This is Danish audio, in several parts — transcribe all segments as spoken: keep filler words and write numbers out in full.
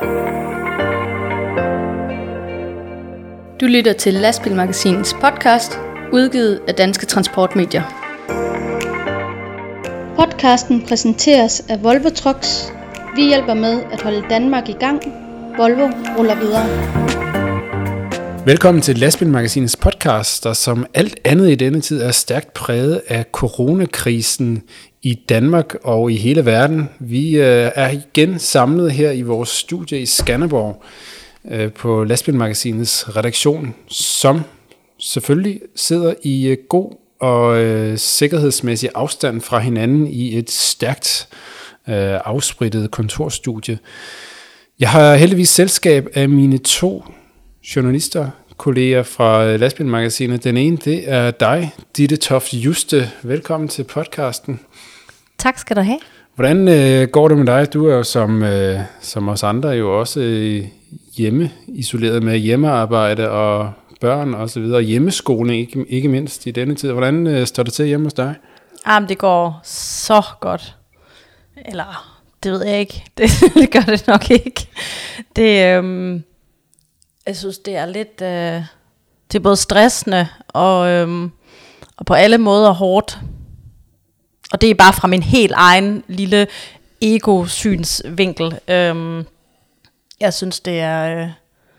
Du lytter til Lastbilmagasinets podcast, udgivet af Danske Transportmedier. Podcasten præsenteres af Volvo Trucks. Vi hjælper med at holde Danmark i gang. Volvo ruller videre. Velkommen til Lastbilmagasinets podcast, der som alt andet i denne tid er stærkt præget af coronakrisen i Danmark og i hele verden. Vi er igen samlet her i vores studie i Skanderborg på Lastbilmagasinets redaktion, som selvfølgelig sidder i god og øh, sikkerhedsmæssig afstand fra hinanden i et stærkt øh, afsprittet kontorstudie. Jeg har heldigvis selskab af mine to journalister, kolleger fra Lastbilmagasinet. Den ene, det er dig, Ditte Toft Juste. Velkommen til podcasten. Tak skal du have. Hvordan øh, går det med dig? Du er jo som, øh, som os andre jo også øh, hjemme, isoleret med hjemmearbejde og børn og så videre. Hjemmeskoling ikke, ikke mindst i denne tid. Hvordan øh, står det til hjemme hos dig? Jamen, det går så godt. Eller, det ved jeg ikke. Det, det gør det nok ikke. Det, øhm, jeg synes, det er lidt... Øh, det er både stressende og, øhm, og på alle måder hårdt. Og det er bare fra min helt egen lille ego-synsvinkel. Øhm, jeg synes, det er... Øh,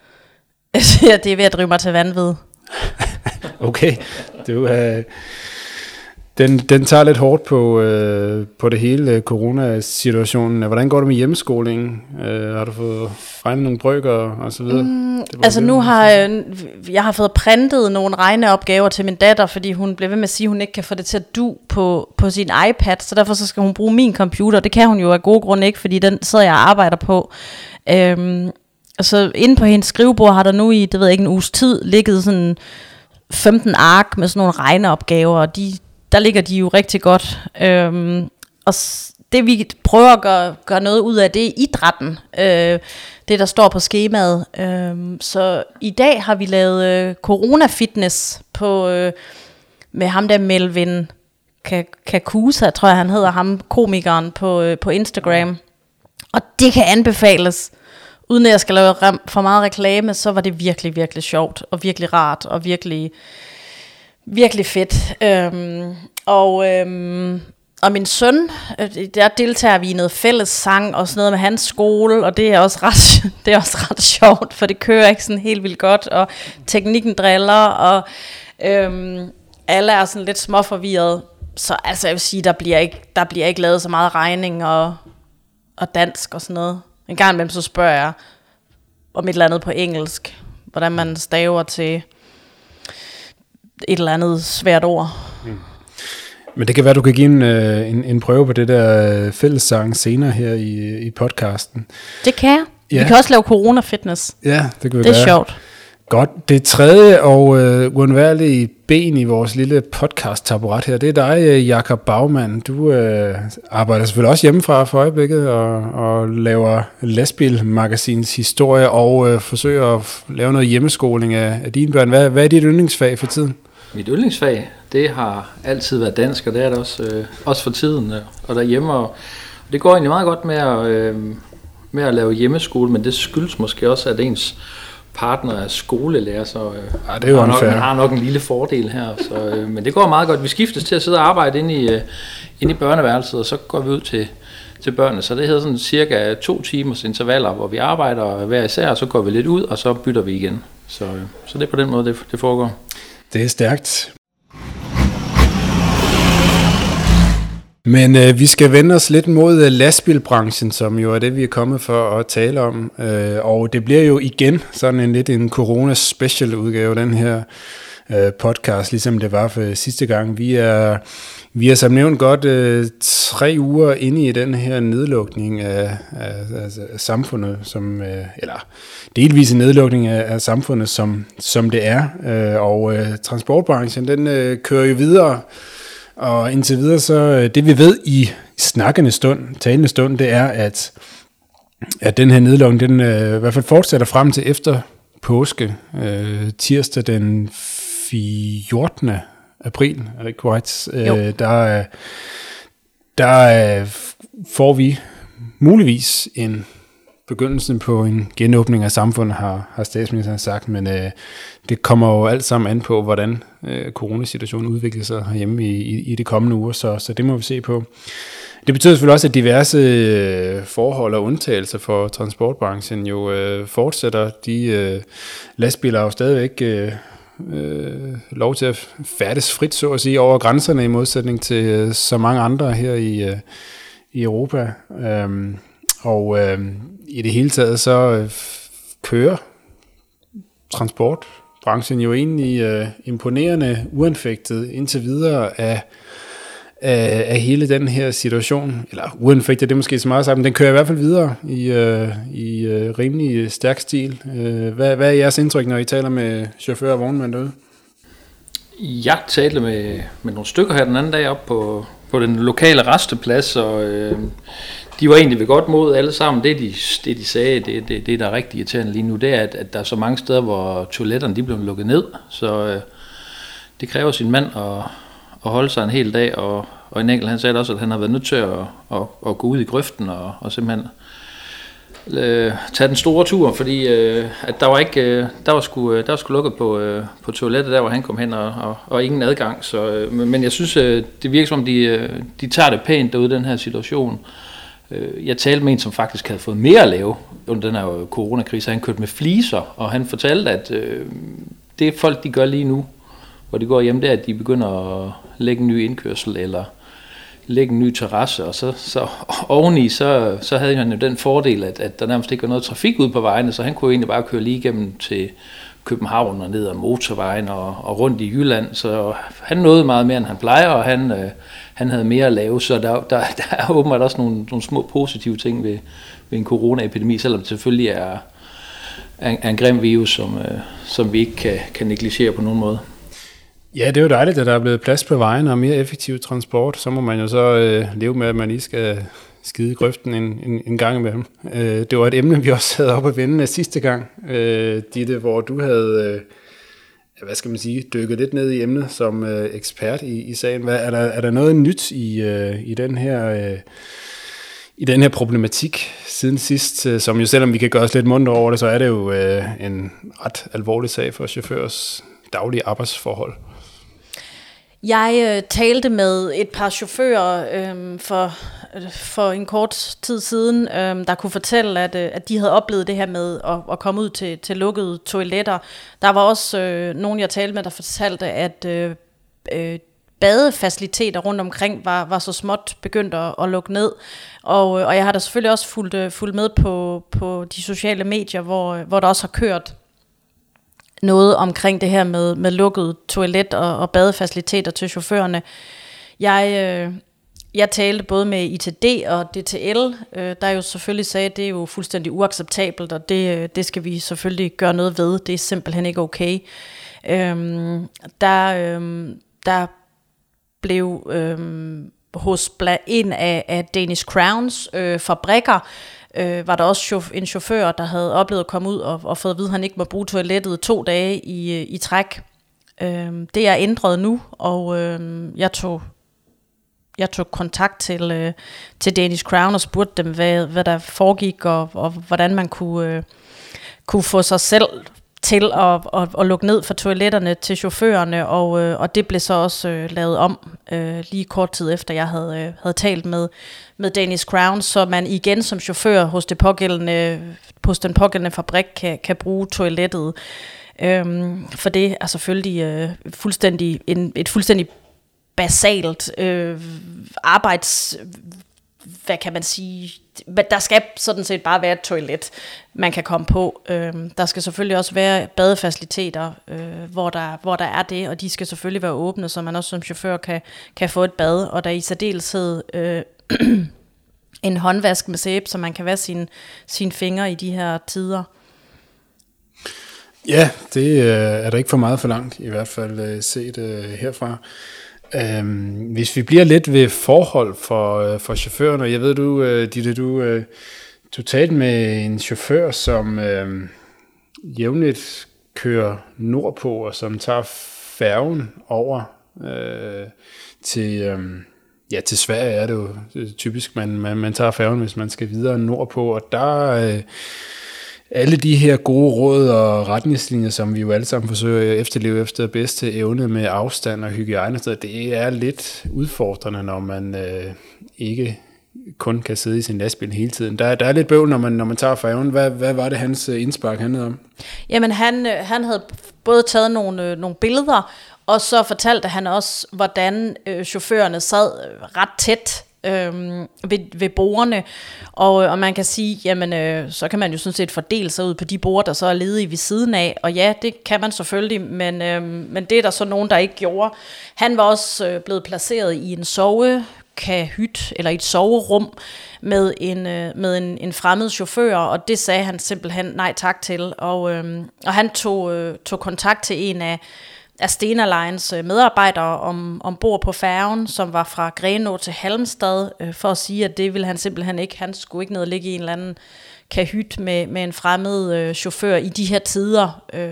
det er ved at drive mig til vanvid. Okay, du, øh, den, den tager lidt hårdt på, øh, på det hele øh, coronasituationen. Hvordan går det med hjemmeskolingen? Øh, har du fået regnet nogle brøker og så videre? Mm, altså nu har jeg, jeg har fået printet nogle regneopgaver til min datter, fordi hun blev ved med at sige, at hun ikke kan få det til at du på, på sin iPad, så derfor så skal hun bruge min computer. Det kan hun jo af gode grunde ikke, fordi den sidder jeg og arbejder på. Øhm, Og så inde på hendes skrivebord har der nu i, det ved jeg ikke, en uges tid, ligget sådan femten ark med sådan nogle regneopgaver, og de, der ligger de jo rigtig godt. Øhm, og det vi prøver at gøre, gøre noget ud af, det er idrætten, øh, det der står på skemaet. Øhm, så i dag har vi lavet øh, corona-fitness på, øh, med ham der Melvin Kakusa, tror jeg han hedder, ham komikeren på, øh, på Instagram. Og det kan anbefales. Uden at jeg skal lave for meget reklame, så var det virkelig, virkelig sjovt, og virkelig rart, og virkelig, virkelig fedt. Øhm, og, øhm, og min søn, der deltager vi i noget fælles sang, og sådan noget med hans skole, og det er også ret, det er også ret sjovt, for det kører ikke sådan helt vildt godt, og teknikken driller, og øhm, alle er sådan lidt småforvirret. Så altså jeg vil sige, der bliver ikke, der bliver ikke lavet så meget regning og, og dansk og sådan noget. En gang imellem så spørger jeg om et eller andet på engelsk, hvordan man staver til et eller andet svært ord. Mm. Men det kan være, du kan give en, en, en prøve på det der fællessang senere her i, i podcasten. Det kan jeg. Ja. Vi kan også lave corona-fitness. Ja, det kan vi Det er være. sjovt. Godt. Det tredje og øh, uundværlige ben i vores lille podcast-taburet her, det er dig, Jakob Baumann. Du øh, arbejder selvfølgelig også hjemmefra for øjeblikket og, og laver Lastbilmagasins historie og øh, forsøger at lave noget hjemmeskoling af, af dine børn. Hvad, hvad er dit yndlingsfag for tiden? Mit yndlingsfag, det har altid været dansk, og det er det også, øh, også for tiden og derhjemme. Og det går egentlig meget godt med at, øh, med at lave hjemmeskole, men det skyldes måske også, at ens partner er skolelærer, så øh, ja, det er jo har nok, man har nok en lille fordel her. Så, øh, men det går meget godt. Vi skiftes til at sidde og arbejde inde i, øh, inde i børneværelset, og så går vi ud til, til børnene. Så det hedder sådan cirka to timers intervaller, hvor vi arbejder hver især, og så går vi lidt ud, og så bytter vi igen. Så, øh, så det er på den måde, det, det foregår. Det er stærkt. Men øh, vi skal vende os lidt mod øh, lastbilbranchen, som jo er det, vi er kommet for at tale om. Øh, og det bliver jo igen sådan en lidt en corona-special udgave, den her øh, podcast, ligesom det var for sidste gang. Vi er, vi er som nævnt godt øh, tre uger inde i den her nedlukning af, af, af, af samfundet, som, øh, eller delvis en nedlukning af, af samfundet, som, som det er. Øh, og øh, transportbranchen, den øh, kører jo videre. Og indtil videre, så det vi ved i snakkende stund, talende stund, det er, at, at den her nedlukning, den øh, i hvert fald fortsætter frem til efter påske, øh, tirsdag den fjortende april, er det korrekt? Øh, der, der øh, får vi muligvis en begyndelsen på en genåbning af samfundet, har, har statsministeren sagt, men øh, det kommer jo alt sammen an på, hvordan øh, coronasituationen udvikler sig herhjemme i, i, i de kommende uger, så, så det må vi se på. Det betyder selvfølgelig også, at diverse øh, forhold og undtagelser for transportbranchen jo øh, fortsætter. De øh, lastbiler har jo stadigvæk øh, øh, lov til at færdes frit, så at sige, over grænserne i modsætning til øh, så mange andre her i, øh, i Europa. Øhm, og øh, i det hele taget så øh, kører transportbranchen jo egentlig øh, imponerende uanfægtet indtil videre af Af, af hele den her situation, eller uanfægtet, det er måske så meget sagt, men den kører i hvert fald videre i, øh, i øh, rimelig stærk stil. Øh, hvad, hvad er jeres indtryk, når I taler med chauffører og vognmænd derude? Jeg talte med, med nogle stykker her den anden dag op på, på den lokale resteplads, og øh, de var egentlig ved godt mod alle sammen. Det de, det, de sagde, det, det, det der er rigtig irriterende lige nu, det er, at, at der er så mange steder, hvor toiletterne de blev lukket ned, så øh, det kræver sin mand at og holde sig en hel dag, og, og en enkelt han sagde også, at han har været nødt til at, at, at gå ud i grøften og, og simpelthen øh, tage den store tur, fordi øh, at der var ikke øh, der var sgu der var sgu lukket på øh, på toilettet der, hvor han kom hen, og, og, og ingen adgang. Så øh, men jeg synes øh, det virker som om de øh, de tager det pænt derude i den her situation. Øh, jeg talte med en, som faktisk havde fået mere at lave under den her coronakrise. Han kørte med fliser, og han fortalte, at øh, det folk de gør lige nu, hvor de går hjem, der at de begynder at lægge en ny indkørsel, eller lægge en ny terrasse, og så, så oveni, så, så havde han jo den fordel, at, at der nærmest ikke var noget trafik ude på vejene, så han kunne egentlig bare køre lige igennem til København og ned ad motorvejen og, og rundt i Jylland, så han nåede meget mere, end han plejer, og han, øh, han havde mere at lave, så der, der, der er åbenbart også nogle, nogle små positive ting ved, ved en coronaepidemi, selvom det selvfølgelig er, er, er en grim virus, som, øh, som vi ikke kan, kan negligere på nogen måde. Ja, det er jo dejligt, at der er blevet plads på vejen og mere effektiv transport. Så må man jo så øh, leve med, at man lige skal skide i grøften en, en, en gang imellem. Øh, det var et emne, vi også havde op at vende sidste gang, øh, Ditte, hvor du havde, øh, hvad skal man sige, dykket lidt ned i emnet som øh, ekspert i, i sagen. Hvad, er, der, er der noget nyt i, øh, i den her... Øh, I den her problematik siden sidst, som jo selvom vi kan gøre os lidt munter over det, så er det jo øh, en ret alvorlig sag for chaufførers daglige arbejdsforhold. Jeg øh, talte med et par chauffører øh, for, øh, for en kort tid siden, øh, der kunne fortælle, at, øh, at de havde oplevet det her med at, at komme ud til, til lukkede toiletter. Der var også øh, nogen, jeg talte med, der fortalte, at øh, øh, badefaciliteter rundt omkring var, var så småt begyndt at, at lukke ned. Og, og jeg har da selvfølgelig også fulgt, fulgt med på, på de sociale medier, hvor, hvor der også har kørt noget omkring det her med, med lukket toilet og, og badefaciliteter til chaufførerne. Jeg, øh, jeg talte både med I T D og D T L, øh, der jo selvfølgelig sagde, at det er jo fuldstændig uacceptabelt, og det, det skal vi selvfølgelig gøre noget ved. Det er simpelthen ikke okay. Øhm, der, øhm, der blev øhm, hos en af, af Danish Crowns øh, fabrikker, Øh, var der også en chauffør, der havde oplevet at komme ud og, og fået at vide, at han ikke må bruge toilettet to dage i, i træk. Øh, det er ændret nu, og øh, jeg tog jeg tog kontakt til, øh, til Danish Crown og spurgte dem, hvad, hvad der foregik, og, og hvordan man kunne, øh, kunne få sig selv til at, at, at lukke ned for toiletterne til chaufførerne, og, øh, og det blev så også øh, lavet om øh, lige kort tid efter, jeg havde, øh, havde talt med, med Danish Crown, så man igen som chauffør hos, det pågældende, hos den pågældende fabrik kan, kan bruge toilettet. Øhm, for det er selvfølgelig øh, fuldstændig en, et fuldstændig basalt øh, arbejds... hvad kan man sige, der skal sådan set bare være et toilet, man kan komme på. Øhm, der skal selvfølgelig også være badefaciliteter, øh, hvor, der, hvor der er det, og de skal selvfølgelig være åbne, så man også som chauffør kan, kan få et bad, og der er i særdeleshed øh, en håndvask med sæbe, så man kan vaske sine sin fingre i de her tider. Ja, det øh, er der ikke for meget for langt, i hvert fald øh, set øh, herfra. Øhm, hvis vi bliver lidt ved forhold for, øh, for chaufføren, og jeg ved du, øh, Ditte, du, øh, du talte med en chauffør, som øh, jævnligt kører nordpå, og som tager færgen over øh, til, øh, ja, til Sverige er det jo typisk, man, man, man tager færgen, hvis man skal videre nordpå, og der øh, alle de her gode råd og retningslinjer, som vi jo alle sammen forsøger at efterleve efter bedste evne med afstand og hygiejne, så det er lidt udfordrende, når man øh, ikke kun kan sidde i sin lastbil hele tiden. Der, der er lidt bøvl, når man, når man tager færgen. Hvad, hvad var det, hans indspark handlede om? Jamen, han, han havde både taget nogle, øh, nogle billeder, og så fortalte han også, hvordan øh, chaufførerne sad ret tæt øh, ved, ved bordene, og, og man kan sige, jamen, øh, så kan man jo sådan set fordele sig ud på de borde, der så er ledige ved siden af, og ja, det kan man selvfølgelig, men, øh, men det er der så nogen, der ikke gjorde. Han var også øh, blevet placeret i en sove kahyt, eller et soverum med en, øh, med en, en fremmed chauffør, og det sagde han simpelthen nej tak til, og, øh, og han tog, øh, tog kontakt til en af, af Stena Lines medarbejdere om, ombord på færgen, som var fra Grenaa til Halmstad, øh, for at sige, at det ville han simpelthen ikke, han skulle ikke ned og ligge i en eller anden kahyt med, med en fremmed øh, chauffør i de her tider, øh,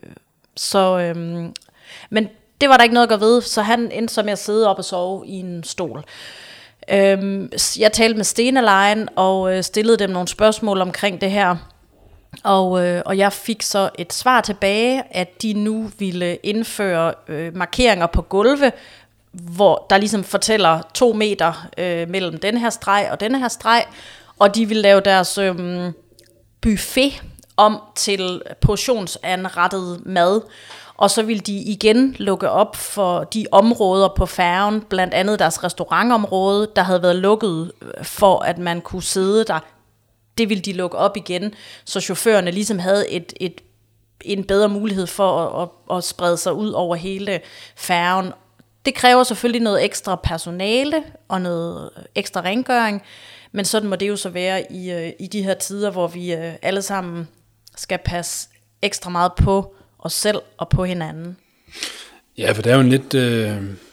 så, øh, men det var der ikke noget at gøre ved, så han endte så med at sidde op og sove i en stol. Øhm, jeg talte med Stena Line og øh, stillede dem nogle spørgsmål omkring det her. Og, øh, og jeg fik så et svar tilbage, at de nu ville indføre øh, markeringer på gulve, hvor der ligesom fortæller to meter øh, mellem den her streg og denne her streg. Og de ville lave deres øh, buffet om til portionsanrettet mad. Og så ville de igen lukke op for de områder på færgen, blandt andet deres restaurantområde, der havde været lukket for, at man kunne sidde der. Det ville de lukke op igen, så chaufførerne ligesom havde et, et, en bedre mulighed for at, at, at sprede sig ud over hele færgen. Det kræver selvfølgelig noget ekstra personale og noget ekstra rengøring, men sådan må det jo så være i, i de her tider, hvor vi alle sammen skal passe ekstra meget på os selv og på hinanden. Ja, for det er jo en lidt øh,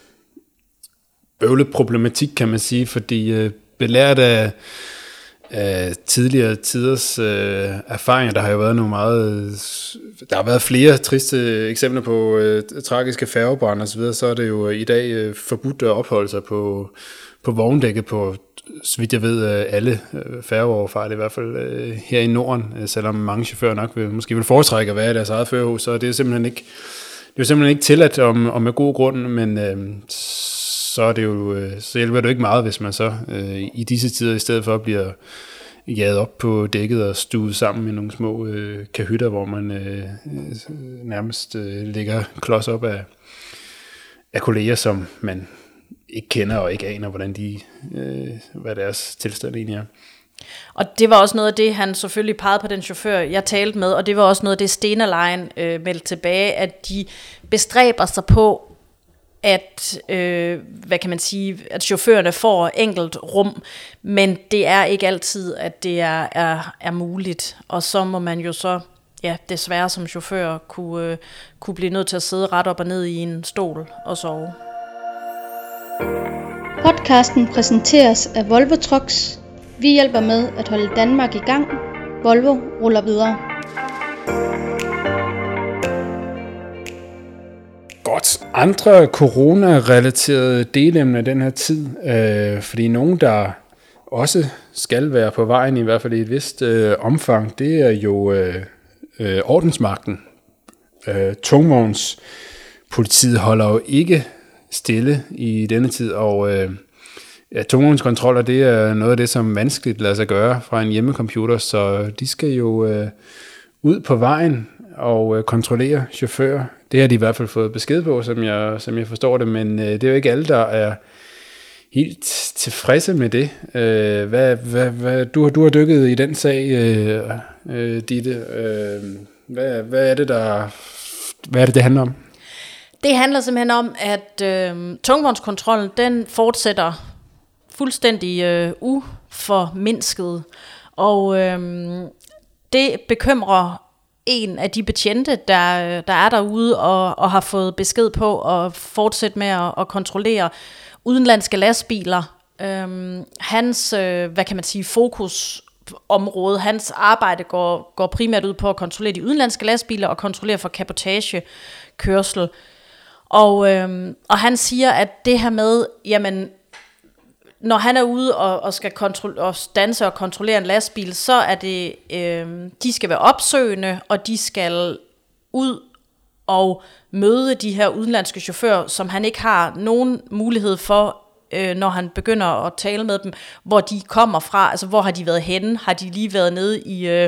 bøvlet problematik, kan man sige, fordi øh, belært af, af tidligere tiders øh, erfaringer, der har jo været nogle meget, der har været flere triste eksempler på øh, tragiske færgebrand og så videre, så er det jo i dag øh, forbudt at opholde sig på, på vogndækket på, så vidt jeg ved, alle færgeoverfarter, i hvert fald øh, her i Norden, selvom mange chauffører nok vil, måske vil foretrække at være i deres eget førerhus, så det er simpelthen ikke, det er simpelthen ikke tilladt, om, om med god grund, men øh, så, er det jo, øh, så hjælper det jo ikke meget, hvis man så øh, i disse tider, i stedet for bliver jaget op på dækket og stuet sammen med nogle små øh, kahytter, hvor man øh, nærmest øh, ligger klods op af, af kolleger, som man ikke kender og ikke aner, hvordan de, øh, hvad deres tilstand egentlig er. Og det var også noget af det, han selvfølgelig pegede på den chauffør, jeg talte med, og det var også noget af det, Stena Line øh, meldte tilbage, at de bestræber sig på, at, øh, hvad kan man sige, at chaufførerne får enkelt rum, men det er ikke altid, at det er, er, er muligt, og så må man jo så, ja, desværre som chauffør, kunne, øh, kunne blive nødt til at sidde ret op og ned i en stol og sove. Podcasten præsenteres af Volvo Trucks. Vi hjælper med at holde Danmark i gang. Volvo ruller videre. Godt. Andre corona-relaterede delemner den her tid, øh, fordi nogen, der også skal være på vejen, i hvert fald i et vist øh, omfang, det er jo øh, øh, ordensmagten. Øh, tungvognspolitiet holder jo ikke stille i denne tid, og øh, ja, tungvognskontroller, det er noget af det, som vanskeligt lader sig gøre fra en hjemmecomputer, så de skal jo øh, ud på vejen og øh, kontrollere chauffører. Det har de i hvert fald fået besked på, som jeg, som jeg forstår det, men øh, det er jo ikke alle, der er helt tilfredse med det. Øh, hvad, hvad, hvad, du, du har dykket i den sag, øh, øh, Ditte. Øh, hvad, hvad er det, der, hvad er det, det handler om? Det handler simpelthen om, at øh, tungvognskontrollen, den fortsætter fuldstændig øh, uformindsket, og øh, det bekymrer en af de betjente, der, der er derude og, og har fået besked på at fortsætte med at, at kontrollere udenlandske lastbiler. Øh, hans, øh, hvad kan man sige, fokusområde, hans arbejde går, går primært ud på at kontrollere de udenlandske lastbiler og kontrollere for cabotagekørsel. Og, øhm, og han siger, at det her med, jamen, når han er ude og, og skal kontro- og danse og kontrollere en lastbil, så er det, øh, de skal være opsøgende, og de skal ud og møde de her udenlandske chauffører, som han ikke har nogen mulighed for, øh, når han begynder at tale med dem, hvor de kommer fra, altså hvor har de været henne, har de lige været nede i øh,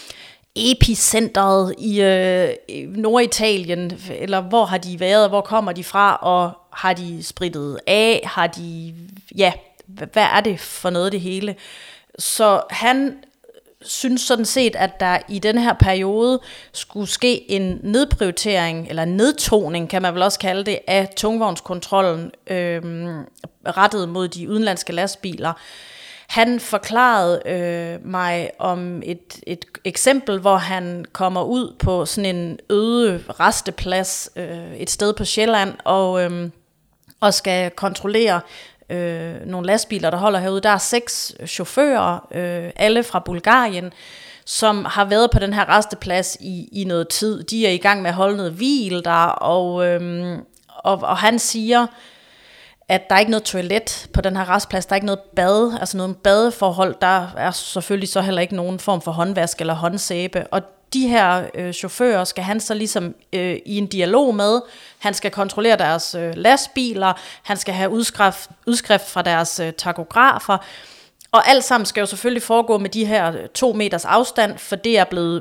epicentret i øh, Norditalien, eller hvor har de været, hvor kommer de fra, og har de spritet af, har de, ja, hvad er det for noget det hele? Så han synes sådan set, at der i den her periode skulle ske en nedprioritering, eller nedtoning, kan man vel også kalde det, af tungvognskontrollen øh, rettet mod de udenlandske lastbiler. Han forklarede øh, mig om et, et eksempel, hvor han kommer ud på sådan en øde resteplads øh, et sted på Sjælland, og, øh, og skal kontrollere øh, nogle lastbiler, der holder herude. Der er seks chauffører, øh, alle fra Bulgarien, som har været på den her resteplads i, i noget tid. De er i gang med at holde noget hvil der, og, øh, og, og han siger, at der er ikke noget toilet på den her rastplads, der er ikke noget bad, altså noget badeforhold, der er selvfølgelig så heller ikke nogen form for håndvask eller håndsæbe, og de her øh, chauffører skal han så ligesom øh, i en dialog med, han skal kontrollere deres øh, lastbiler, han skal have udskrift, udskrift fra deres øh, takografer, og alt sammen skal jo selvfølgelig foregå med de her øh, to meters afstand, for det er blevet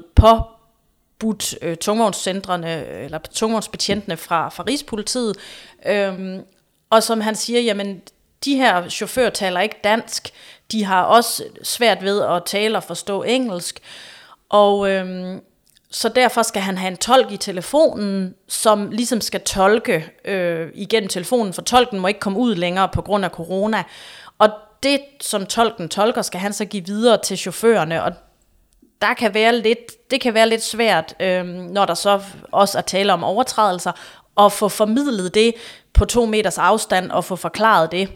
påbudt øh, tungvognscentrene, eller tungvognsbetjentene fra, fra Rigspolitiet, øhm, og som han siger, jamen de her chauffører taler ikke dansk, de har også svært ved at tale og forstå engelsk, og øhm, så derfor skal han have en tolk i telefonen, som ligesom skal tolke øh, igennem telefonen, for tolken må ikke komme ud længere på grund af corona, og det som tolken tolker, skal han så give videre til chaufførerne, og der kan være lidt, det kan være lidt svært, øh, når der så også er tale om overtrædelser, at få formidlet det på to meters afstand og få forklaret det.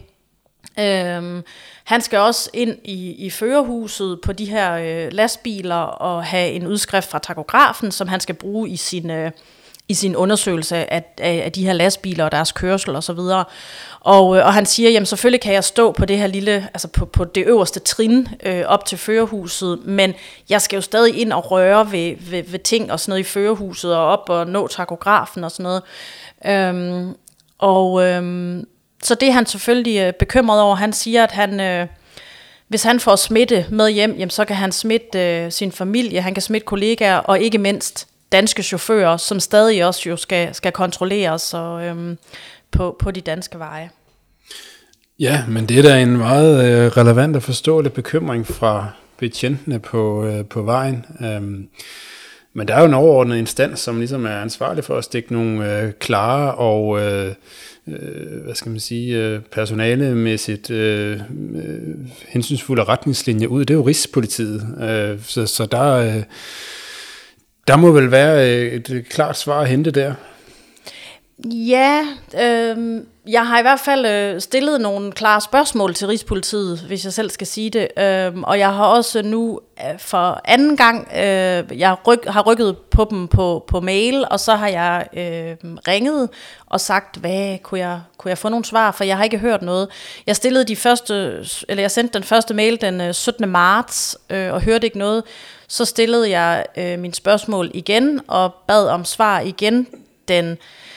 Øhm, han skal også ind i, i førerhuset på de her øh, lastbiler og have en udskrift fra takografen, som han skal bruge i sin, øh, i sin undersøgelse af, af, af de her lastbiler og deres kørsel og så videre. Og, øh, og han siger, jamen selvfølgelig kan jeg stå på det her lille, altså på, på det øverste trin øh, op til førerhuset, men jeg skal jo stadig ind og røre ved, ved, ved ting og sådan noget i førerhuset og op og nå takografen og sådan noget. Øhm, og øhm, så det er han selvfølgelig øh, bekymret over. Han siger, at han, øh, hvis han får smitte med hjem, jamen, så kan han smitte øh, sin familie, han kan smitte kollegaer, og ikke mindst danske chauffører, som stadig også jo skal, skal kontrolleres og, øhm, på, på de danske veje. Ja, men det er da en meget øh, relevant og forståelig bekymring fra betjentene på, øh, på vejen. Øhm, men der er jo en overordnet instans, som ligesom er ansvarlig for at stikke nogle øh, klare og øh, øh, hvad skal man sige, øh, personalemæssigt øh, øh, hensynsfulde retningslinjer ud. Det er jo Rigspolitiet, øh, så, så der, øh, der må vel være et klart svar at hente der. Ja, øh, jeg har i hvert fald øh, stillet nogle klare spørgsmål til Rigspolitiet, hvis jeg selv skal sige det. Øh, og jeg har også nu øh, for anden gang, øh, jeg ryk, har rykket på dem på, på mail, og så har jeg øh, ringet og sagt, hvad kunne jeg, kunne jeg få nogle svar, for jeg har ikke hørt noget. Jeg stillede de første, eller jeg sendte den første mail den syttende marts øh, og hørte ikke noget. Så stillede jeg øh, mine spørgsmål igen og bad om svar igen den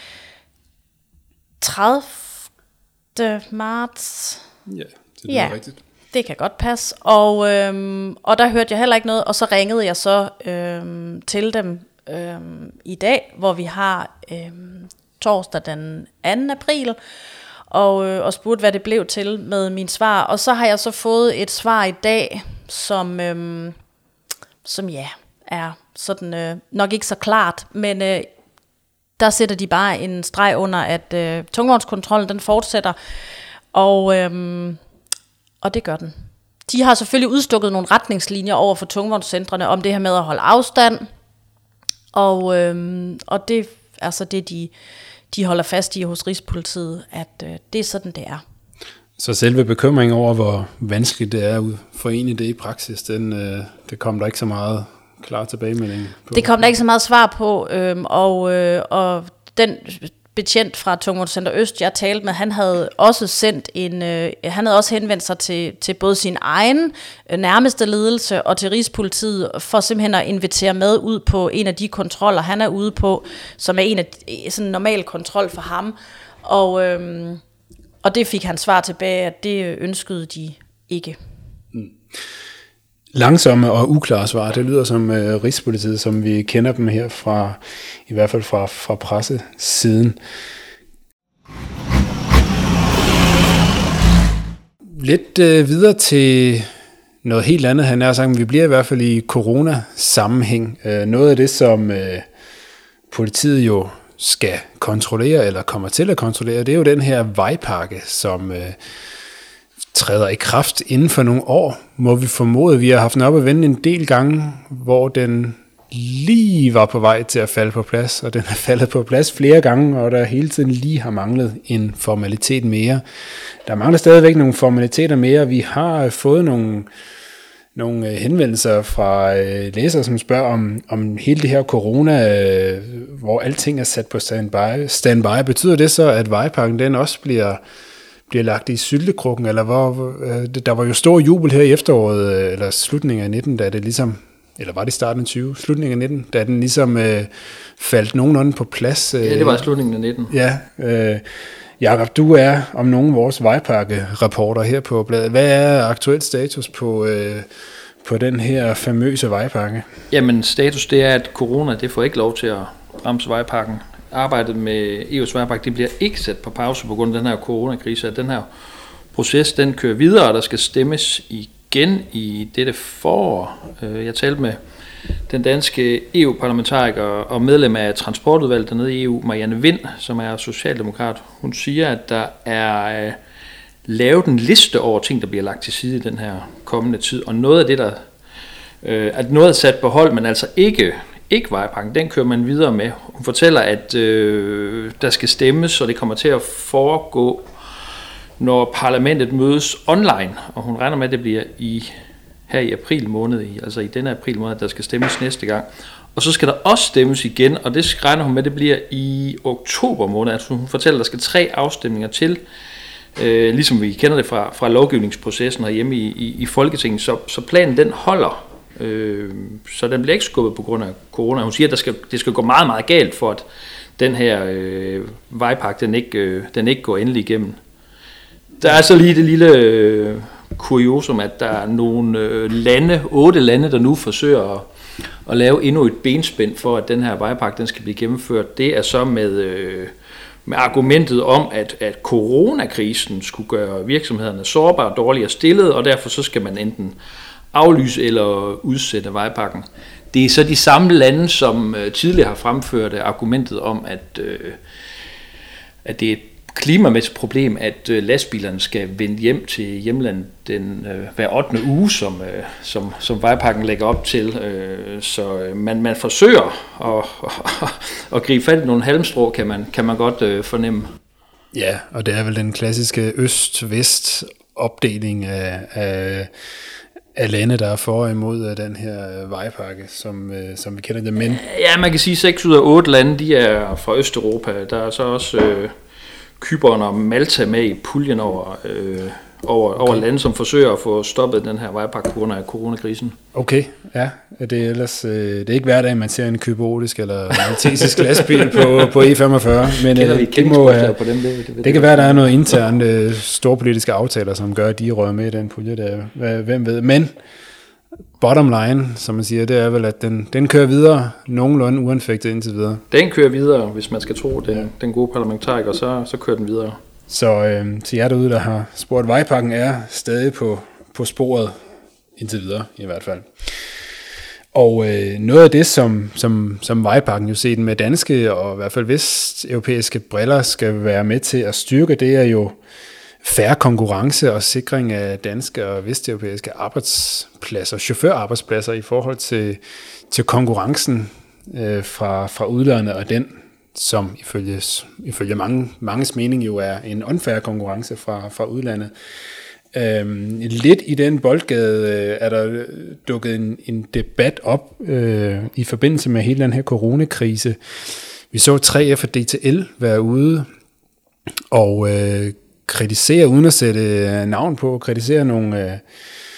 tredivte marts. Ja, det er ja, rigtigt. Det kan godt passe. Og, øhm, og der hørte jeg heller ikke noget, og så ringede jeg så øhm, til dem øhm, i dag, hvor vi har øhm, torsdag den anden april, og, øh, og spurgte, hvad det blev til med mine svar. Og så har jeg så fået et svar i dag, som, øhm, som ja, er sådan øh, nok ikke så klart, men øh, der sætter de bare en streg under, at øh, tungvognskontrollen den fortsætter, og, øhm, og det gør den. De har selvfølgelig udstukket nogle retningslinjer over for tungvognscentrene om det her med at holde afstand, og, øhm, og det er så det, de, de holder fast i hos Rigspolitiet, at øh, det er sådan, det er. Så selve bekymringen over, hvor vanskeligt det er at forene det i praksis, den, øh, det kom der ikke så meget klar tilbagemelding på. Det kom der ikke så meget svar på, øhm, og, øh, og den betjent fra Tungvognscenter Øst, jeg talte med, han havde også sendt en, øh, han havde også henvendt sig til, til både sin egen øh, nærmeste ledelse og til Rigspolitiet, for simpelthen at invitere med ud på en af de kontroller, han er ude på, som er en af sådan en normal kontrol for ham. Og, øh, og det fik han svar tilbage, at det ønskede de ikke. Mm. Langsomme og uklare svar, det lyder som uh, Rigspolitiet, som vi kender dem her fra, i hvert fald fra, fra pressesiden. Lidt uh, videre til noget helt andet, han har sagt, vi bliver i hvert fald i corona-sammenhæng. Uh, noget af det, som uh, politiet jo skal kontrollere, eller kommer til at kontrollere, det er jo den her vejpakke, som uh, træder i kraft inden for nogle år, må vi formode. Vi har haft den op at vende en del gange, hvor den lige var på vej til at falde på plads, og den er faldet på plads flere gange, og der hele tiden lige har manglet en formalitet mere. Der mangler stadigvæk nogle formaliteter mere. Vi har fået nogle, nogle henvendelser fra læsere, som spørger om, om hele det her corona, hvor alting er sat på standby. standby. Betyder det så, at vejpakken den også bliver bliver lagt i syltekrukken, eller hvor, øh, der var jo stor jubel her i efteråret, øh, eller slutningen af nitten, da det ligesom, eller var det starten af tyve, slutningen af nitten, da den ligesom øh, faldt nogenlunde på plads. Øh, ja, det var slutningen af nitten. Ja, øh, Jakob, du er om nogen vores vejpakke-reporter her på bladet. Hvad er aktuel status på, øh, på den her famøse vejpakke? Jamen, status det er, at corona, det får ikke lov til at bremse vejpakken. Arbejdet med E U's vejpakke, det bliver ikke sat på pause på grund af den her coronakrise. Den her proces, den kører videre, og der skal stemmes igen i dette forår. Jeg talte med den danske E U-parlamentariker og medlem af transportudvalget dernede i E U, Marianne Vind, som er socialdemokrat. Hun siger, at der er lavet en liste over ting, der bliver lagt til side i den her kommende tid, og noget af det, der at noget er sat på hold, men altså ikke Ikke vejpakken, den kører man videre med. Hun fortæller, at øh, der skal stemmes, og det kommer til at foregå, når parlamentet mødes online. Og hun regner med, at det bliver i, her i april måned, i, altså i denne april måned, at der skal stemmes næste gang. Og så skal der også stemmes igen, og det regner hun med, at det bliver i oktober måned. Altså hun fortæller, at der skal tre afstemninger til, øh, ligesom vi kender det fra, fra lovgivningsprocessen herhjemme i, i, i Folketinget. Så, så planen den holder. Øh, så den bliver ikke skubbet på grund af corona. Hun siger, at der skal, det skal gå meget, meget galt for, at den her øh, vejpakke, den ikke, øh, den ikke går endelig igennem. Der er så lige det lille øh, kuriosum, at der er nogle øh, lande, otte lande, der nu forsøger at, at lave endnu et benspænd for, at den her vejpakke, den skal blive gennemført. Det er så med, øh, med argumentet om, at, at coronakrisen skulle gøre virksomhederne sårbare og dårligere stillet, og derfor så skal man enten aflyse eller udsætte vejpakken. Det er så de samme lande, som øh, tidligere har fremført argumentet om, at, øh, at det er et klimamæssigt problem, at øh, lastbilerne skal vende hjem til hjemlandet den øh, hver ottende uge, som, øh, som, som vejpakken lægger op til. Øh, så øh, man, man forsøger at, at, at gribe fat i nogle halmstrå, kan man, kan man godt øh, fornemme. Ja, og det er vel den klassiske øst-vest opdeling af, af af lande, der er for og imod den her vejpakke, som, som vi kender det. Men ja, man kan sige, at seks ud af otte lande, de er fra Østeuropa. Der er så også øh, Cypern og Malta med i puljen over, øh, over, okay. over lande, som forsøger at få stoppet den her vejpakke på grund af coronakrisen. Okay, ja. Det er, ellers, øh, det er ikke hver dag, man ser en kybernetisk eller maltesisk lastbil på, på E femogfyrre. Men Kender vi det, må, øh, på dem, det, det, det, det kan være, der er noget internt øh, storpolitiske aftaler, som gør, at de rører med i den pulje, der, hvem ved. Men bottom line, som man siger, det er vel, at den, den kører videre nogenlunde uanfægtet indtil videre. Den kører videre, hvis man skal tro den, den gode parlamentariker, så, så kører den videre. Så øh, til jer derude, der har spurgt, vejpakken er stadig på, på sporet indtil videre i hvert fald. Og øh, noget af det, som, som, som vejpakken jo set med danske og i hvert fald vesteuropæiske briller skal være med til at styrke, det er jo fair konkurrence og sikring af danske og vesteuropæiske arbejdspladser, chaufførarbejdspladser i forhold til, til konkurrencen øh, fra, fra udlandet, og den, som ifølge, ifølge mange, manges mening jo er en unfair konkurrence fra, fra udlandet. Øhm, lidt i den boldgade øh, er der dukket en, en debat op øh, i forbindelse med hele den her coronakrise. vi så tre F og D T L være ude og øh, kritisere, uden at sætte navn på, kritisere nogle... Øh,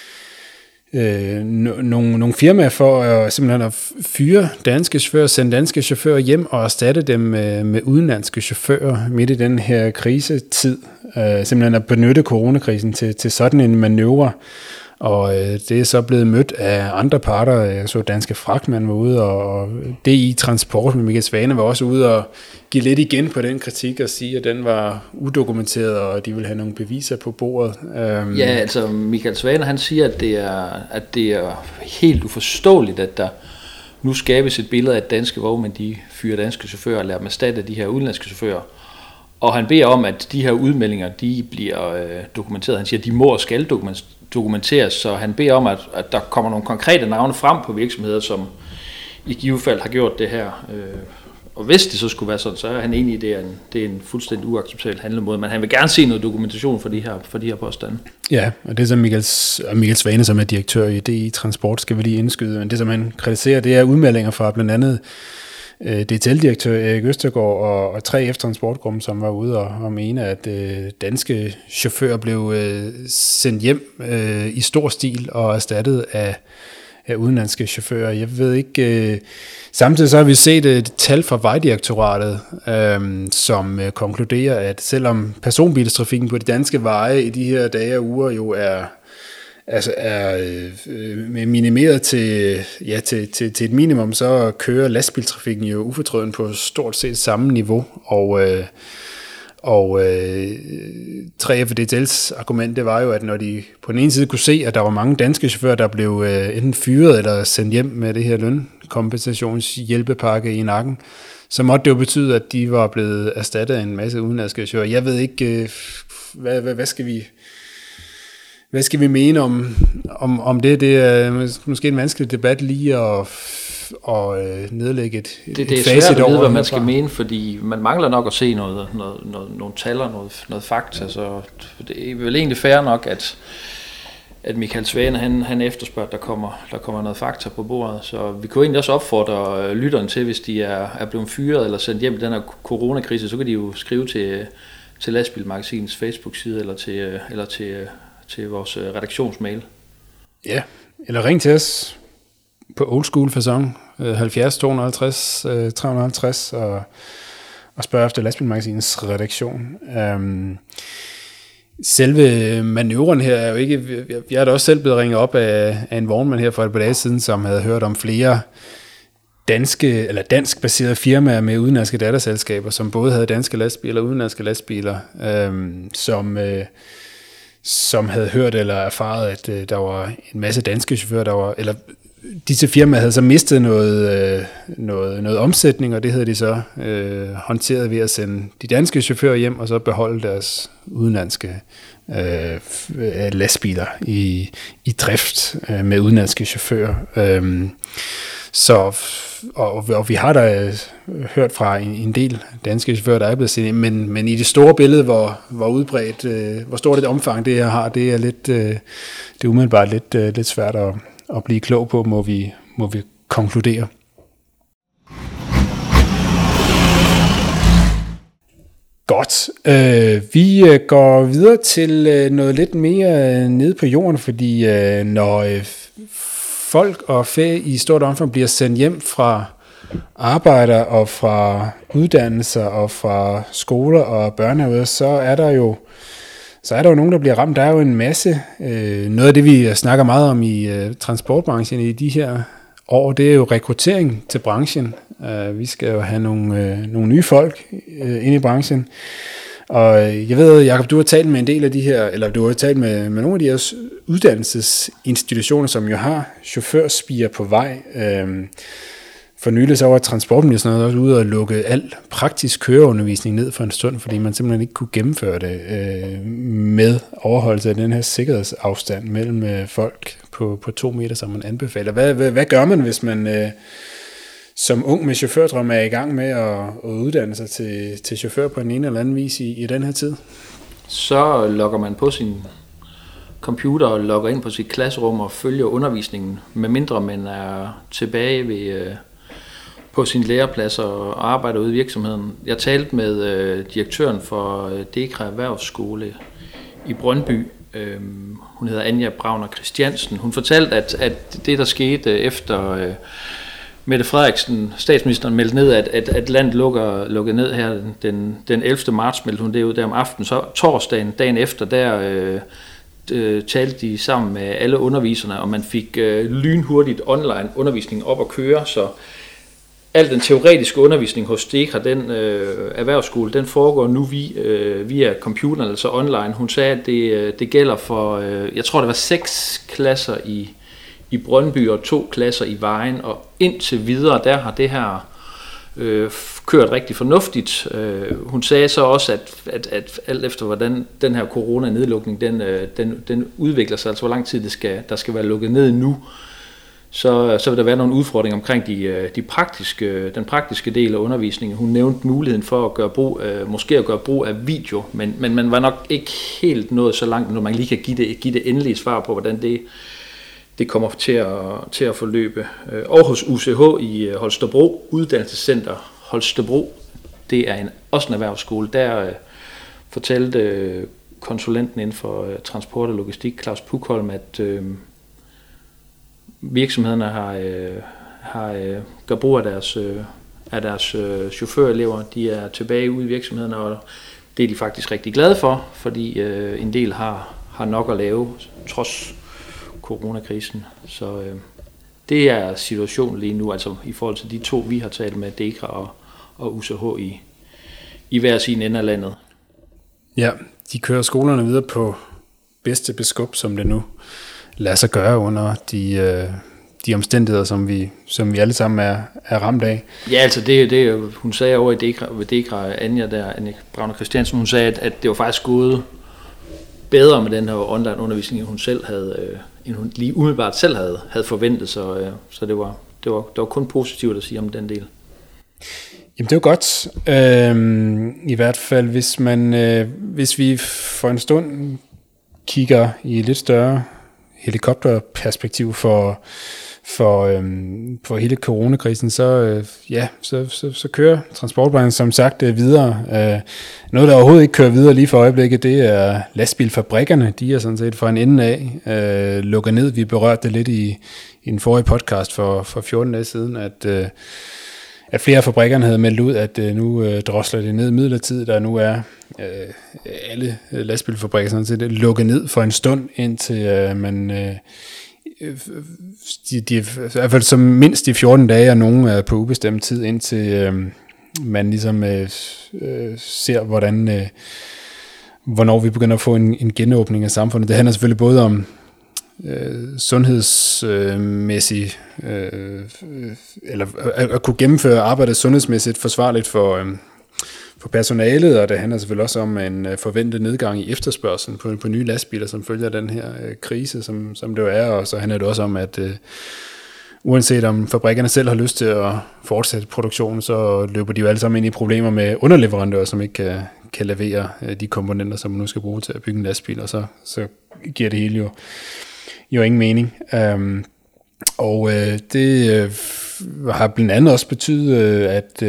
Øh, no, nogle, nogle firmaer for at simpelthen at fyre danske chauffører, sende danske chauffører hjem og erstatte dem med, med udenlandske chauffører midt i den her krisetid. Øh, simpelthen at benytte coronakrisen til, til sådan en manøvre. Og øh, det er så blevet mødt af andre parter. Jeg så Danske Fragtmand var ude, og, og D I Transport med Michael Svane var også ude og give lidt igen på den kritik og sige, at den var udokumenteret, og de ville have nogle beviser på bordet. Um, ja, altså Michael Svane, han siger, at det er, at det er helt uforståeligt, at der nu skabes et billede af, at danske vognmænd, de fyrer danske chauffører og lader dem erstatte de her udenlandske chauffører. Og han beder om, at de her udmeldinger, de bliver øh, dokumenteret. Han siger, at de må og skal dokumenteres, så han beder om, at, at der kommer nogle konkrete navne frem på virksomheder, som i givet fald har gjort det her. Øh, og hvis det så skulle være sådan, så er han enig i, at det er en, det er en fuldstændig uacceptabel handlemåde, men han vil gerne se noget dokumentation for de her, for de her påstande. Ja, og det som Michael, Michael Svane, som er direktør i D I Transport, skal vi lige indskyde, men det som han kritiserer, det er udmeldinger fra blandt andet D T L-direktør Erik Østergaard og, og tre F Transportgruppen, som var ude og, og mene, at øh, danske chauffører blev øh, sendt hjem øh, i stor stil og erstattet af, af udenlandske chauffører. Jeg ved ikke... Øh, samtidig så har vi set et tal fra Vejdirektoratet, øh, som øh, konkluderer, at selvom personbilstrafikken på de danske veje i de her dage og uger jo er... altså er øh, minimeret til, ja, til, til, til et minimum, så kører lastbiltrafikken jo ufortrødent på stort set samme niveau, og, øh, og øh, tre F og D T L's argument, det var jo, at når de på den ene side kunne se, at der var mange danske chauffører, der blev øh, enten fyret eller sendt hjem med det her lønkompensationshjælpepakke i nakken, så måtte det jo betyde, at de var blevet erstattet af en masse udenlandske chauffører. Jeg ved ikke, øh, hvad, hvad, hvad skal vi... Hvad skal vi mene om, om, om det? Det er måske en vanskelig debat lige at, at nedlægge et, det, et det er facit svært at vide, over, hvad man skal mene, fordi man mangler nok at se noget, noget, noget, nogle tal og noget, noget fakta. Så det er vel egentlig fair nok, at, at Michael Svane han, han efterspørger, at der kommer, der kommer noget fakta på bordet. Så vi kunne egentlig også opfordre lytterne til, hvis de er, er blevet fyret eller sendt hjem i den her coronakrise, så kan de jo skrive til, til Lastbilmagasinets Facebook-side eller til, eller til til vores redaktionsmail. Ja, eller ring til os på old school facon halvfjerds to halvtreds tre halvtreds og, og spørg efter Lastbilmagasinets redaktion. Um, selve manøvren her er jo ikke... Jeg er da også selv blevet ringet op af, af en vognmand her for et par dage siden, som havde hørt om flere danske eller dansk baserede firmaer med udenlandske datterselskaber, som både havde danske lastbiler og udenlandske lastbiler, um, som... Uh, som havde hørt eller erfaret, at øh, der var en masse danske chauffører, der var, eller disse firmaer havde så mistet noget, øh, noget, noget omsætning, og det havde de så øh, håndteret ved at sende de danske chauffører hjem, og så beholde deres udenlandske øh, lastbiler i, i drift øh, med udenlandske chauffører. Øh, så, og, og vi har da hørt fra en, en del danske chauffører, der er blevet sendt, men, men i det store billede, hvor, hvor udbredt, øh, hvor stort et omfang det her har, det er lidt, øh, det er umiddelbart lidt, øh, lidt svært at, at blive klog på, må vi, må vi konkludere. Godt. Øh, vi går videre til øh, noget lidt mere nede på jorden, fordi øh, når øh, folk og fæ i stort omfang bliver sendt hjem fra arbejder og fra uddannelser og fra skoler og børnehaver, så er der jo så er der jo nogen, der bliver ramt. Der er jo en masse. Øh, noget af det, vi snakker meget om i øh, transportbranchen i de her år, det er jo rekruttering til branchen. Uh, vi skal jo have nogle, øh, nogle nye folk øh, ind i branchen. Og jeg ved, Jacob, du har talt med en del af de her, eller du har talt med, med nogle af de her uddannelsesinstitutioner, som jo har chaufførspirer på vej. Øhm, for nylig så var transportministeren også ude og lukke al praktisk køreundervisning ned for en stund, fordi man simpelthen ikke kunne gennemføre det øh, med overholdelse af den her sikkerhedsafstand mellem øh, folk på, på to meter, som man anbefaler. Hvad, hvad, hvad gør man, hvis man... Øh, som ung med chaufførdrøm er i gang med at, at uddanne sig til, til chauffør på en eller anden vis i, i den her tid? Så logger man på sin computer og logger ind på sit klasserum og følger undervisningen, medmindre man er tilbage ved, på sin læreplads og arbejder ude i virksomheden. Jeg talte med øh, direktøren for øh, DEKRA Erhvervsskole i Brøndby. Øh, hun hedder Anja Brauner Christiansen. Hun fortalte, at, at det, der skete efter øh, Mette Frederiksen, statsministeren, meldte ned, at, at, at landet lukker, lukker ned her den, den ellevte marts, meldte hun det ud der om aftenen. Så torsdagen, dagen efter, der øh, øh, talte de sammen med alle underviserne, og man fik øh, lynhurtigt online undervisning op at køre, så al den teoretiske undervisning hos DEKRA, den øh, erhvervsskole, den foregår nu via, øh, via computeren, altså online. Hun sagde, at det, det gælder for, øh, jeg tror det var seks klasser i, i Brøndby og to klasser i Vejen, og indtil videre, der har det her øh, kørt rigtig fornuftigt. Øh, hun sagde så også, at, at, at alt efter hvordan den her corona-nedlukning, den, øh, den, den udvikler sig, altså hvor lang tid det skal, der skal være lukket ned nu, Så, så vil der være nogle udfordringer omkring de, de praktiske, den praktiske del af undervisningen. Hun nævnte muligheden for at gøre brug, måske at gøre brug af video, men, men man var nok ikke helt nået så langt, når man lige kan give det, give det endelige svar på, hvordan det, det kommer til at, til at forløbe. Aarhus U C H i Holstebro, Uddannelsescenter Holstebro, det er en, også en erhvervsskole. Der fortalte konsulenten inden for transport og logistik, Claus Pukholm, at virksomhederne har, øh, har øh, gør brug af deres, øh, af deres øh, chaufførelever. De er tilbage ude i virksomhederne, og det er de faktisk rigtig glade for, fordi øh, en del har, har nok at lave, trods coronakrisen. Så øh, det er situationen lige nu, altså i forhold til de to, vi har talt med, DEKRA og, og U C H i, i hver sin ende af landet. Ja, de kører skolerne videre på bedste beskub, som det nu lader sig gøre under de, øh, de omstændigheder, som vi, som vi alle sammen er, er ramt af. Ja, altså det, det hun sagde over i DEKRA, ved DEKRA, Anja der, Anja Brauner Christiansen, hun sagde, at, at det var faktisk gået bedre med den her online undervisning, end hun selv havde, øh, end hun lige umiddelbart selv havde, havde forventet, så, øh, så det var, det var, det var kun positivt at sige om den del. Jamen det er jo godt. Øhm, I hvert fald, hvis man, øh, hvis vi for en stund kigger i lidt større helikopterperspektiv for, for, øhm, for hele coronakrisen, så, øh, ja, så, så, så kører transportbranchen som sagt øh, videre. Øh, noget, der overhovedet ikke kører videre lige for øjeblikket, det er lastbilfabrikkerne. De er sådan set fra en ende af øh, lukket ned. Vi berørte det lidt i, i den forrige podcast for, for fjorten dage siden, at øh, at flere af fabrikkerne havde meldt ud, at øh, nu øh, drosler det ned midlertidigt, der nu er øh, alle lastbilfabrikker sådan set lukket ned for en stund, indtil øh, man øh, de, de, i hvert fald som mindst i fjorten dage, og nogen er på ubestemt tid, indtil øh, man ligesom øh, øh, ser, hvordan øh, hvornår vi begynder at få en, en genåbning af samfundet. Det handler selvfølgelig både om Øh, sundhedsmæssig øh, øh, eller at, at kunne gennemføre arbejdet sundhedsmæssigt forsvarligt for, øh, for personalet, og det handler selvfølgelig også om en øh, forventet nedgang i efterspørgselen på, på nye lastbiler, som følger den her øh, krise, som, som det jo er, og så handler det også om, at øh, uanset om fabrikkerne selv har lyst til at fortsætte produktionen, så løber de jo alle sammen ind i problemer med underleverandører, som ikke kan, kan levere øh, de komponenter, som man nu skal bruge til at bygge en lastbil, og så, så giver det hele jo jo ingen mening. Um, og øh, det øh, har blandt andet også betydet, øh, at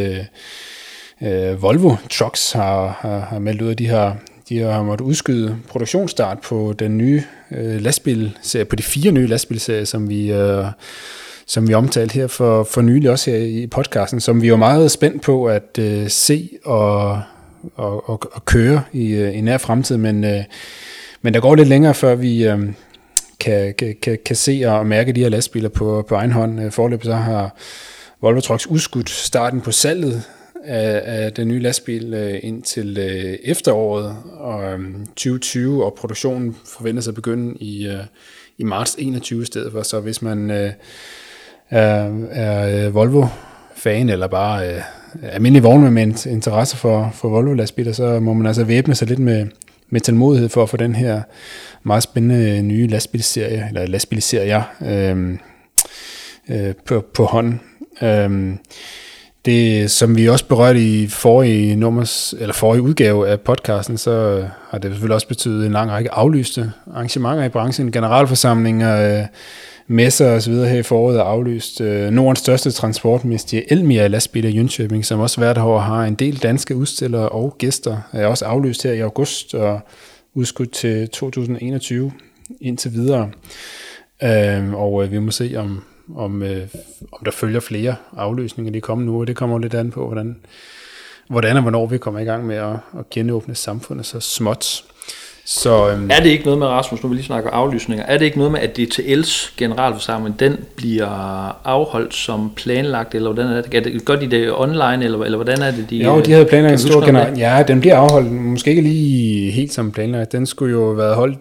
øh, Volvo Trucks har, har, har meldt ud, at de har, de har måttet udskyde produktionsstart på den nye øh, lastbilserie, på de fire nye lastbilserier, som vi, øh, som vi omtalte her for, for nylig også her i podcasten, som vi er meget spændt på at øh, se og, og, og, og køre i, øh, i nær fremtid, men, øh, men der går lidt længere, før vi øh, Kan, kan, kan se og mærke de her lastbiler på, på egen hånd. Foreløbig så har Volvo Trucks udskudt starten på salget af, af den nye lastbil øh, indtil øh, efteråret og, øh, tyve tyve, og produktionen forventes at begynde i, øh, i marts enogtyve i stedet for. Så hvis man øh, er, er Volvo-fan eller bare øh, almindelig vognmand med interesse for, for Volvo-lastbiler, så må man altså væbne sig lidt med med tålmodighed for at få den her meget spændende nye lastbilserie, eller lastbilserier øh, øh, på, på hånden. Øh, det, som vi også berørte i forrige, nummers, eller forrige udgave af podcasten, så har det selvfølgelig også betydet en lang række aflyste arrangementer i branchen, generalforsamlinger, øh, messer og så videre her i foråret er aflyst. Øh, Nordens største transportmestie, Elmia Lastbiler i Jönköping, som også hvert år har en del danske udstillere og gæster, er også aflyst her i august og udskudt til to tusind og enogtyve indtil videre. Øh, og øh, vi må se, om, om, øh, om der følger flere aflysninger de kommende uger. Det kommer lidt an på, hvordan, hvordan og hvornår vi kommer i gang med at, at genåbne samfundet så småt. Så, øhm, er det ikke noget med, Rasmus, nu vil lige snakke aflysninger, er det ikke noget med, at D T L's generalforsamling, den bliver afholdt som planlagt, eller hvordan er det? Er det gør de det online, eller, eller hvordan er det? De, jo, de havde planlagt en stor general. Ja, den bliver afholdt, måske ikke lige helt som planlagt. Den skulle jo have været holdt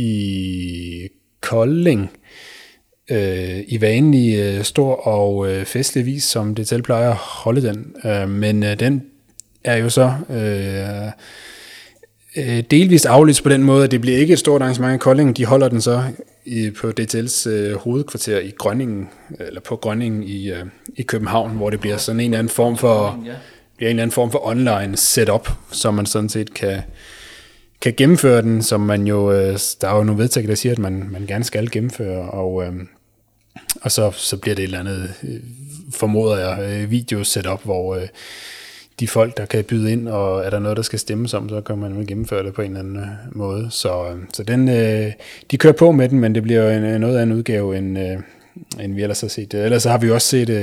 i Kolding, øh, i vanlig øh, stor og øh, festlig vis, som D T L plejer at holde den. Øh, men øh, den er jo så... Øh, delvist aflyst på den måde, at det bliver ikke et stort arrangement i Kolding. De holder den så i, på D T L's øh, hovedkvarter i Grønningen, eller på Grønningen i, øh, i København, hvor det bliver sådan en eller anden form for, bliver en eller anden form for online setup, så man sådan set kan, kan gennemføre den, som man jo, øh, der er jo nogle vedtægter, der siger, at man, man gerne skal gennemføre, og, øh, og så, så bliver det et eller andet, øh, formoder jeg, øh, video setup, hvor øh, de folk, der kan byde ind, og er der noget, der skal stemmes om, så kan man gennemføre det på en eller anden måde. Så, så den, øh, de kører på med den, men det bliver en, noget af en udgave, end, øh, end vi ellers har set. Ellers har vi også set,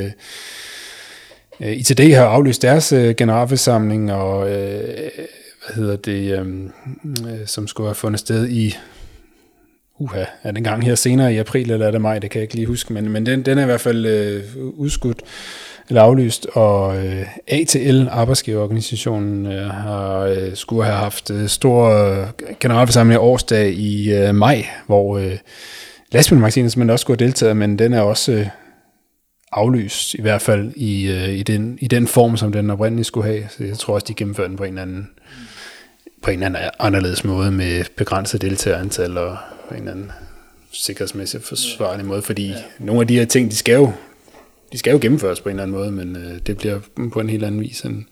øh, I T D har aflyst deres øh, generalforsamling, og øh, hvad hedder det, øh, som skulle have fundet sted i, uha, er det en gang her senere i april, eller er det maj, det kan jeg ikke lige huske, men, men den, den er i hvert fald øh, udskudt, eller aflyst, og øh, A T L, arbejdsgiverorganisationen, øh, har, øh, skulle have haft øh, stor øh, generalforsamling af årsdag i øh, maj, hvor øh, lastbilmagasinet simpelthen også skulle have deltaget, men den er også øh, aflyst, i hvert fald i, øh, i, den, i den form, som den oprindeligt skulle have. Så jeg tror også, de gennemfører den på en eller anden, på en eller anden anderledes måde, med begrænset deltagerantal og på en eller anden sikkerhedsmæssigt forsvarlig måde, fordi ja. Nogle af de her ting, de skal jo De skal jo gennemføres på en eller anden måde, men øh, det bliver på en helt anden vis. End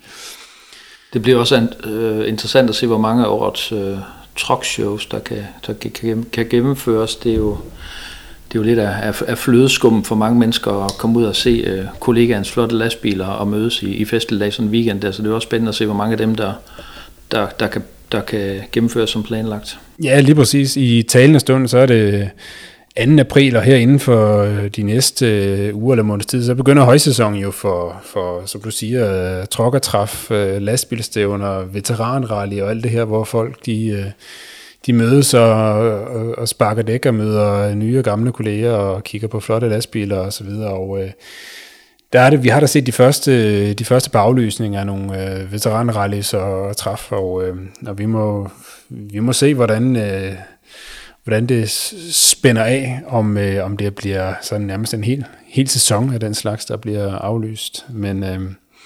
det bliver også øh, interessant at se, hvor mange af årets øh, truckshows, der, kan, der kan, kan gennemføres. Det er jo, det er jo lidt af, af flødeskum for mange mennesker at komme ud og se øh, kollegaens flotte lastbiler og mødes i, i festlig dag sådan en weekend der. Så det er også spændende at se, hvor mange af dem, der, der, der, kan, der kan gennemføres som planlagt. Ja, lige præcis. I talende stund, så er det anden april, og her inden for de næste øh, uger eller måneds tid, så begynder højsæsonen jo for, for som du siger, uh, trokkertræf, uh, lastbilstævner, veteranrally og alt det her, hvor folk de, uh, de mødes og, og, og sparker dæk og møder nye og gamle kolleger og kigger på flotte lastbiler og så videre. Og uh, der er det, vi har da set de første, de første par aflysninger af nogle uh, veteranrallys og træf, og, uh, og vi må, vi må se, hvordan uh, hvordan det spænder af, om, øh, om det bliver sådan nærmest en hel, hel sæson af den slags, der bliver aflyst. Men øh,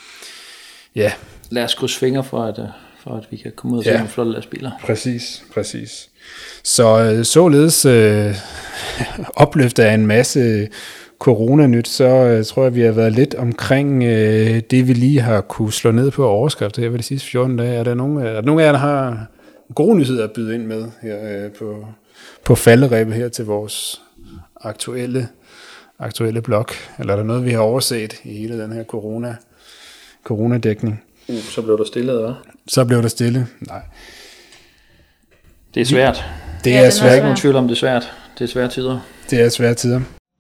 ja. Lad os krydse fingre for, at, for at vi kan komme ud og se ja. Nogle flotte lastbiler. Præcis, præcis. Så øh, således øh, opløftet af en masse coronanyt, så øh, tror jeg, vi har været lidt omkring øh, det, vi lige har kunne slå ned på overskrifter her ved de sidste fjorten dage. Er der nogen, er der, nogen af jer, der har gode nyheder at byde ind med her øh, på på falderæbet her til vores aktuelle, aktuelle blog? Eller er der noget, vi har overset i hele den her corona, coronadækning? Uh, så blev der stille, eller hvad? Så blev der stille, nej. Det er svært. Det ja, er, er svært. Ikke nogen tvivl om, det er svært. Det er svære tider. Det er svære tider.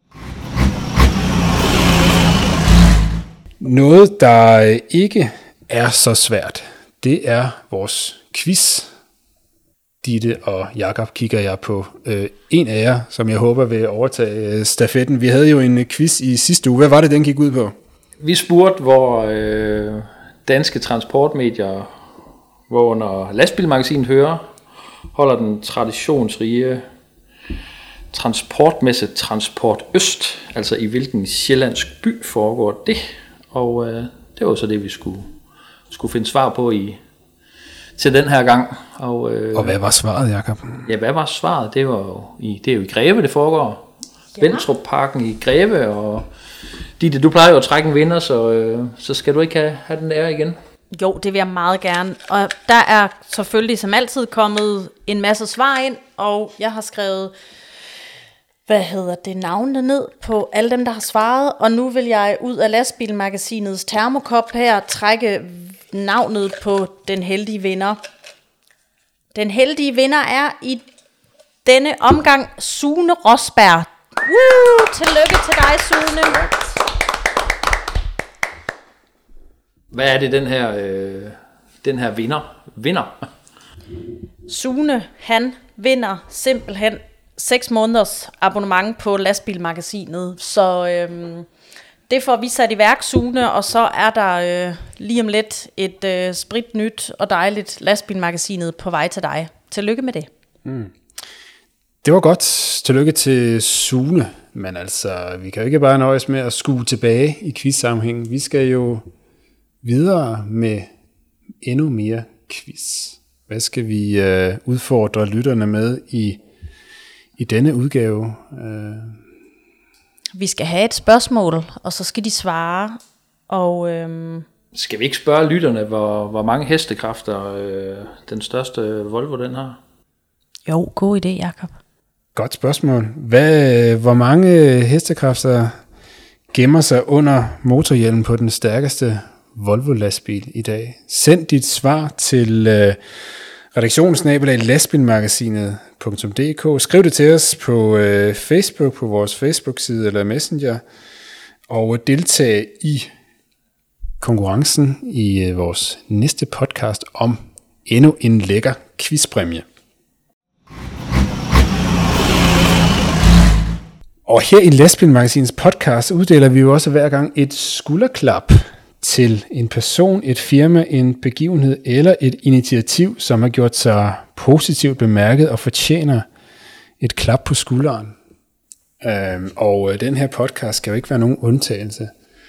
Noget, der ikke er så svært, det er vores quiz. Ditte og Jakob kigger jeg på øh, en af jer, som jeg håber vil overtage øh, stafetten. Vi havde jo en quiz i sidste uge. Hvad var det, den gik ud på? Vi spurgte, hvor øh, danske transportmedier, hvor under Lastbilmagasinet hører, holder den traditionsrige transportmesse Transport Øst, altså i hvilken sjællandsk by foregår det. Og øh, det var så det, vi skulle, skulle finde svar på i til den her gang. Og, øh, og hvad var svaret, Jakob? Ja, hvad var svaret? Det, var jo i, det er jo i Greve, det foregår. Ja. Ventrup-parken i Greve, og Ditte, du plejer jo at trække en vinder, så, øh, så skal du ikke have, have den ære igen? Jo, det vil jeg meget gerne. Og der er selvfølgelig som altid kommet en masse svar ind, og jeg har skrevet hvad hedder det, navnene ned på alle dem, der har svaret. Og nu vil jeg ud af Lastbilmagasinets termokop her trække navnet på den heldige vinder. Den heldige vinder er i denne omgang Sune Rosberg. Woo! Tillykke til dig, Sune. Hvad er det, den her, øh, den her vinder? Vinder? Sune, han vinder simpelthen seks måneders abonnement på Lastbilmagasinet. Så øhm, det får vi sat i værk, Sune, og så er der øh, lige om lidt et øh, spritnyt og dejligt Lastbilmagasinet på vej til dig. Tillykke med det. Mm. Det var godt. Tillykke til Sune. Men altså, vi kan jo ikke bare nøjes med at skue tilbage i quiz-sammenhæng. Vi skal jo videre med endnu mere quiz. Hvad skal vi øh, udfordre lytterne med i, i denne udgave? Øh. Vi skal have et spørgsmål, og så skal de svare. Og, øhm... Skal vi ikke spørge lytterne, hvor, hvor mange hestekræfter øh, den største Volvo den har? Jo, god idé, Jakob. Godt spørgsmål. Hvad, hvor mange hestekræfter gemmer sig under motorhjelmen på den stærkeste Volvo-lastbil i dag? Send dit svar til øh, redaktionssnabelag lastbilmagasinet punktum d k. Skriv det til os på øh, Facebook, på vores Facebook-side eller Messenger, og deltag i konkurrencen i øh, vores næste podcast om endnu en lækker quizpræmie. Og her i Lastbilmagasinets podcast uddeler vi jo også hver gang et skulderklap til en person, et firma, en begivenhed eller et initiativ, som har gjort sig positivt bemærket og fortjener et klap på skulderen. Øhm, og den her podcast skal jo ikke være nogen undtagelse.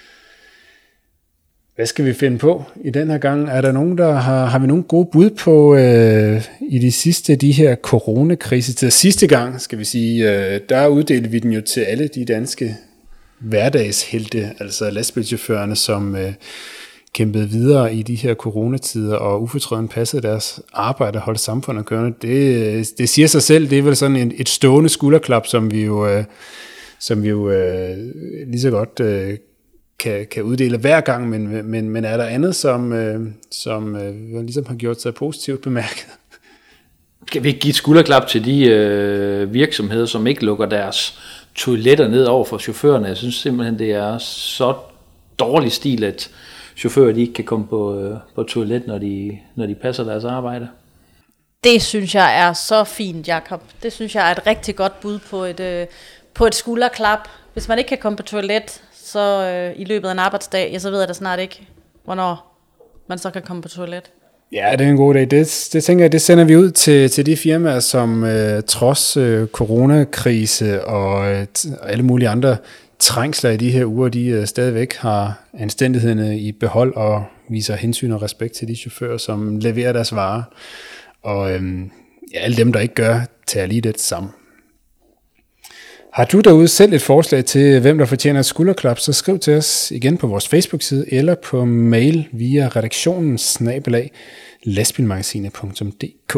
Hvad skal vi finde på i den her gang? Er der nogen, der har, har vi nogle gode bud på øh, i de sidste, de her coronakrisetider? Sidste gang, skal vi sige, øh, der uddelte vi den jo til alle de danske hverdagshelte, altså lastbilchaufførerne, som øh, kæmpede videre i de her coronatider og ufortrødent passede deres arbejde og holdt samfundet kørende. Det, det siger sig selv, det er vel sådan en, et stående skulderklap, som vi jo, øh, som vi jo øh, lige så godt øh, kan, kan uddele hver gang, men, men, men er der andet, som, øh, som øh, ligesom har gjort sig positivt bemærket? Kan vi ikke give et skulderklap til de øh, virksomheder, som ikke lukker deres toiletter ned over for chaufførerne? Jeg synes simpelthen, det er så dårlig stil, at chauffører de ikke kan komme på, øh, på toilet, når de, når de passer deres arbejde. Det synes jeg er så fint, Jakob. Det synes jeg er et rigtig godt bud på et, øh, på et skulderklap. Hvis man ikke kan komme på toilet så øh, i løbet af en arbejdsdag, ja, så ved jeg da snart ikke, hvornår man så kan komme på toilet. Ja, det er en god idé. Det, det tænker jeg, det sender vi ud til, til de firmaer, som øh, trods øh, coronakrise og øh, alle mulige andre trængsler i de her uger, de øh, stadigvæk har anstændighederne i behold og viser hensyn og respekt til de chauffører, som leverer deres varer. Og øh, ja, alle dem, der ikke gør, tager lige det sammen. Har du derude selv et forslag til, hvem der fortjener et skulderklap, så skriv til os igen på vores Facebook-side eller på mail via redaktionen snabel-a lastbilmagasinet punktum d k.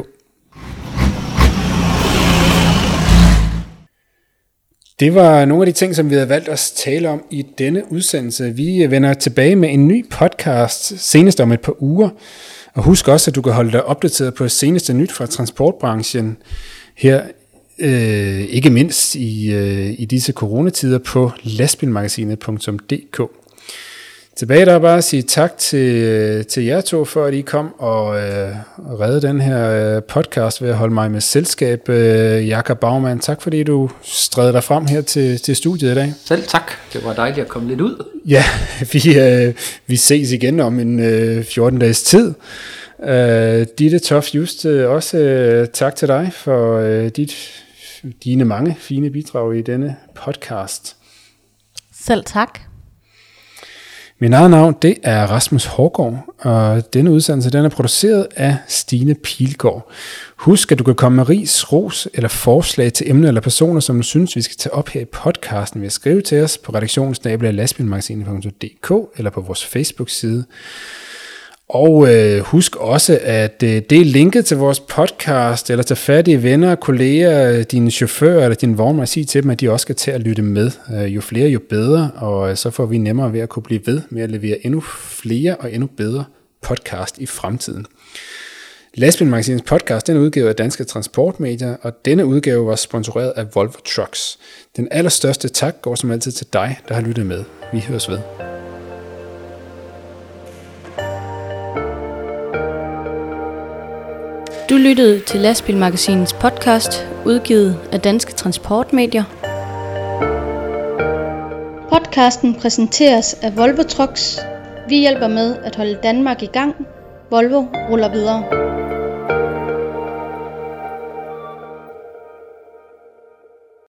Det var nogle af de ting, som vi havde valgt at tale om i denne udsendelse. Vi vender tilbage med en ny podcast senest om et par uger. Og husk også, at du kan holde dig opdateret på seneste nyt fra transportbranchen her, øh, ikke mindst i, øh, i disse coronatider på lastbilmagasinet punktum d k. Tilbage der bare at sige tak til, til jer to, for at I kom og øh, redde den her podcast ved at holde mig med selskab. Øh, Jakob Baumann, tak fordi du strædede dig frem her til, til studiet i dag. Selv tak. Det var dejligt at komme lidt ud. Ja, vi, øh, vi ses igen om en øh, fjorten dages tid. Øh, Ditte Toft Just, øh, også øh, tak til dig for øh, dit, dine mange fine bidrag i denne podcast. Selv tak. Mit eget navn, det er Rasmus Hårgaard, og denne udsendelse den er produceret af Stine Pilgaard. Husk, at du kan komme med ris, ros eller forslag til emner eller personer, som du synes, vi skal tage op her i podcasten ved at skrive til os på redaktionen snabel-a lastbilmagasinet punktum d k eller på vores Facebook-side. Og øh, husk også at øh, det er linket til vores podcast, eller til fattige venner, kolleger, dine chauffører eller dine vognmænd, at sige til dem, at de også skal til at lytte med. Øh, jo flere, jo bedre, og øh, så får vi nemmere ved at kunne blive ved med at levere endnu flere og endnu bedre podcast i fremtiden. Lastbilmagasinets podcast, den er udgivet af Danske Transportmedier, og denne udgave var sponsoreret af Volvo Trucks. Den allerstørste tak går som altid til dig, der har lyttet med. Vi høres ved. Du lyttede til Lastbilmagasinets podcast, udgivet af Danske Transportmedier. Podcasten præsenteres af Volvo Trucks. Vi hjælper med at holde Danmark i gang. Volvo ruller videre.